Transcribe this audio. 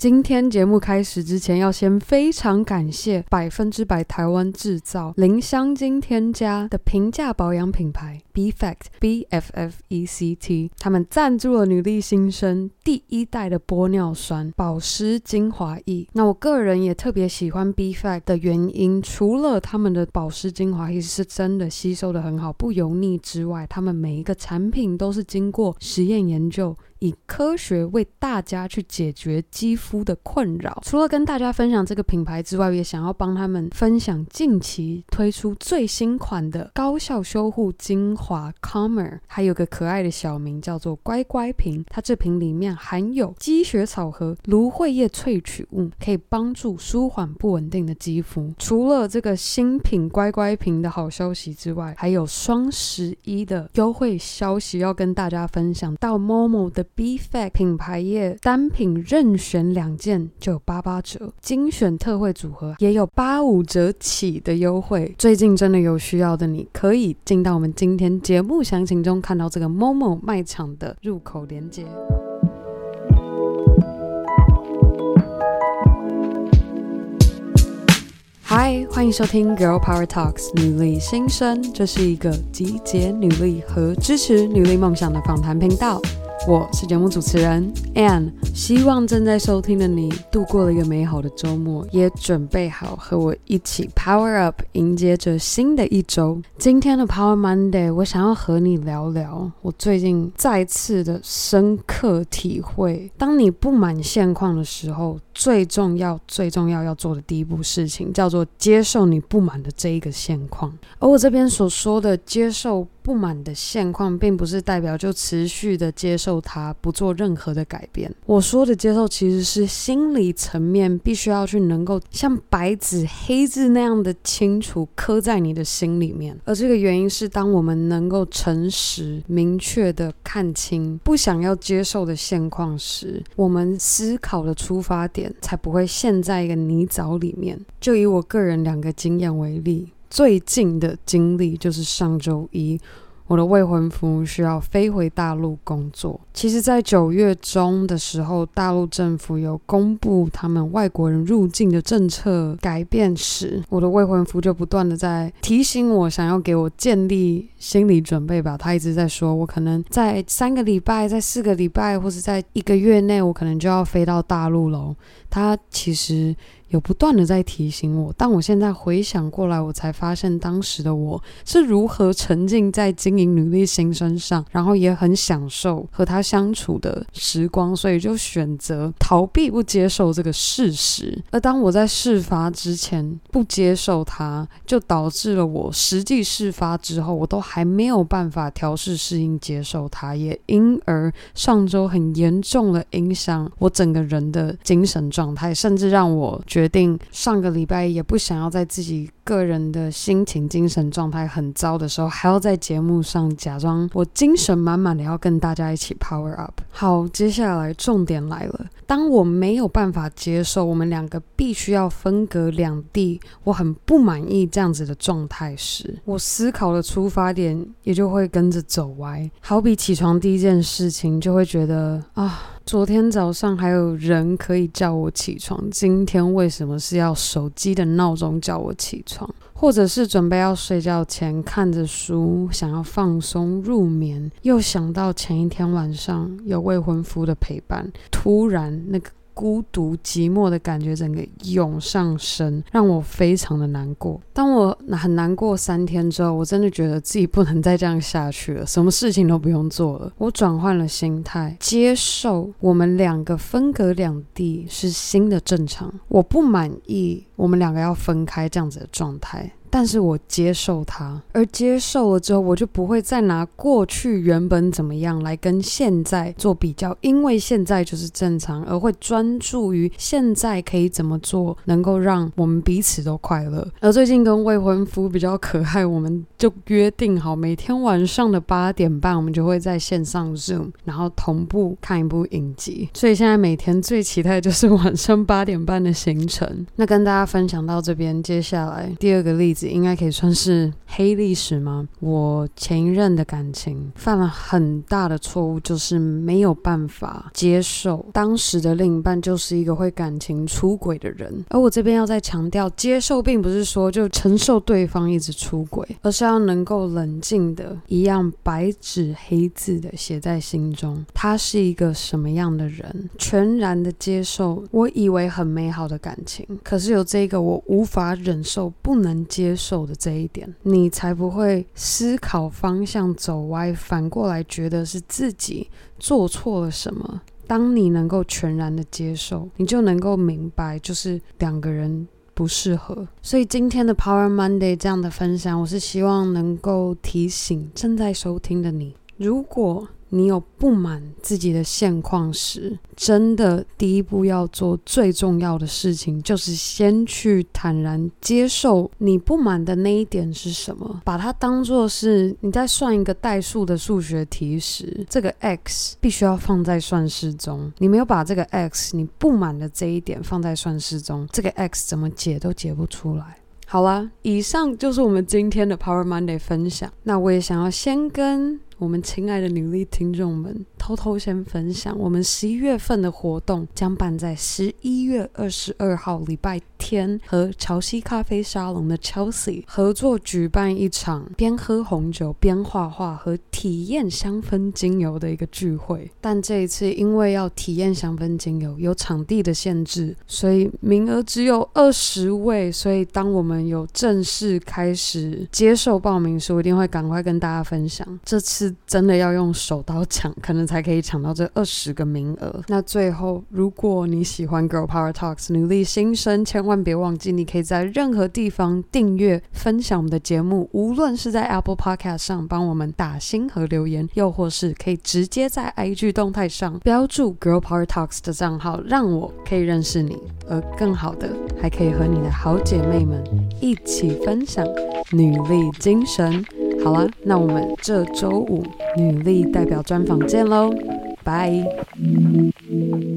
今天节目开始之前，要先非常感谢100%台湾制造零香精添加的平价保养品牌 BFFECT， 他们赞助了女力新生第1代的玻尿酸保湿精华液。那我个人也特别喜欢 BFACT 的原因，除了他们的保湿精华液是真的吸收的很好，不油腻之外，他们每一个产品都是经过实验研究，以科学为大家去解决肌肤的困扰。除了跟大家分享这个品牌之外，也想要帮他们分享近期推出最新款的高效修护精华 Calmer， 还有个可爱的小名叫做乖乖瓶。它这瓶里面含有积雪草和芦荟叶萃取物，可以帮助舒缓不稳定的肌肤。除了这个新品乖乖瓶的好消息之外，还有双11的优惠消息要跟大家分享。到 Momo 的BFACT 品牌页单品任选2件就有88折，精选特惠组合也有85折起的优惠。最近真的有需要的，你可以进到我们今天节目详情中看到这个 Momo 卖场的入口连结。嗨，欢迎收听 Girl Power Talks 女力新生，这是一个集结女力和支持女力梦想的访谈频道。我是节目主持人 Anne， 希望正在收听的你度过了一个美好的周末，也准备好和我一起 Power Up 迎接着新的一周。今天的 Power Monday， 我想要和你聊聊我最近再次的深刻体会，当你不满现况的时候，最重要要做的第一步事情叫做接受你不满的这一个现况。而我这边所说的接受不满的现况，并不是代表就持续的接受它，不做任何的改变。我说的接受其实是心理层面必须要去能够像白纸黑字那样的清楚刻在你的心里面。而这个原因是，当我们能够诚实明确的看清不想要接受的现况时，我们思考的出发点才不会陷在一个泥沼里面。就以我个人2个经验为例，最近的经历就是上周一，我的未婚夫需要飞回大陆工作。其实在9月中的时候，大陆政府有公布他们外国人入境的政策改变时，我的未婚夫就不断的在提醒我，想要给我建立心理准备吧。他一直在说，我可能在3个礼拜，在4个礼拜，或者在1个月内，我可能就要飞到大陆咯。他其实有不断的在提醒我，但我现在回想过来，我才发现当时的我是如何沉浸在经营女力新生上，然后也很享受和他相处的时光，所以就选择逃避不接受这个事实。而当我在事发之前不接受它，就导致了我实际事发之后，我都还没有办法调适适应接受它，也因而上周很严重的影响我整个人的精神状态，甚至让我决定上个礼拜也不想要在自己个人的心情精神状态很糟的时候，还要在节目上假装我精神满满的要跟大家一起 power up。 好，接下来重点来了，当我没有办法接受我们2个必须要分隔两地，我很不满意这样子的状态时，我思考的出发点也就会跟着走歪。好比起床第一件事情就会觉得昨天早上还有人可以叫我起床，今天为什么是要手机的闹钟叫我起床？或者是准备要睡觉前看着书，想要放松入眠，又想到前一天晚上有未婚夫的陪伴，突然那个孤独寂寞的感觉整个涌上身，让我非常的难过。当我很难过3天之后，我真的觉得自己不能再这样下去了，什么事情都不用做了。我转换了心态，接受我们2个分隔两地是新的正常。我不满意我们2个要分开这样子的状态，但是我接受它，而接受了之后，我就不会再拿过去原本怎么样来跟现在做比较，因为现在就是正常，而会专注于现在可以怎么做能够让我们彼此都快乐。而最近跟未婚夫比较可爱，我们就约定好每天晚上的8点半，我们就会在线上 Zoom， 然后同步看一部影集。所以现在每天最期待的就是晚上8点半的行程。那跟大家分享到这边，接下来第2个例子子应该可以算是黑历史吗？我前一任的感情犯了很大的错误，就是没有办法接受当时的另一半就是一个会感情出轨的人。而我这边要再强调，接受并不是说就承受对方一直出轨，而是要能够冷静的一样白纸黑字的写在心中，他是一个什么样的人，全然的接受我以为很美好的感情，可是有这个我无法忍受不能接受的这一点，你才不会思考方向走歪，反过来觉得是自己做错了什么。当你能够全然的接受，你就能够明白就是两个人不适合。所以今天的 Power Monday 这样的分享，我是希望能够提醒正在收听的你，如果你有不满自己的现况时，真的第一步要做最重要的事情，就是先去坦然接受你不满的那一点是什么，把它当作是你在算一个代数的数学题时，这个 x 必须要放在算式中，你没有把这个 x 你不满的这一点放在算式中，这个 x 怎么解都解不出来。好啦，以上就是我们今天的 Power Monday 分享。那我也想要先跟我们亲爱的女力听众们偷偷先分享，我们11月份的活动将办在11月22号礼拜天，和潮汐咖啡沙龙的 Chelsea 合作举办一场边喝红酒边画画和体验香氛精油的一个聚会。但这一次因为要体验香氛精油有场地的限制，所以名额只有20位，所以当我们有正式开始接受报名时，我一定会赶快跟大家分享，这次真的要用手刀抢，可能才可以抢到这20个名额。那最后，如果你喜欢 Girl Power Talks 女力新生，千万别忘记你可以在任何地方订阅分享我们的节目，无论是在 Apple Podcast 上帮我们打星和留言，又或是可以直接在 IG 动态上标注 Girl Power Talks 的账号，让我可以认识你，而更好的还可以和你的好姐妹们一起分享女力精神。好啦，那我们这周五女力代表专访见咯，拜。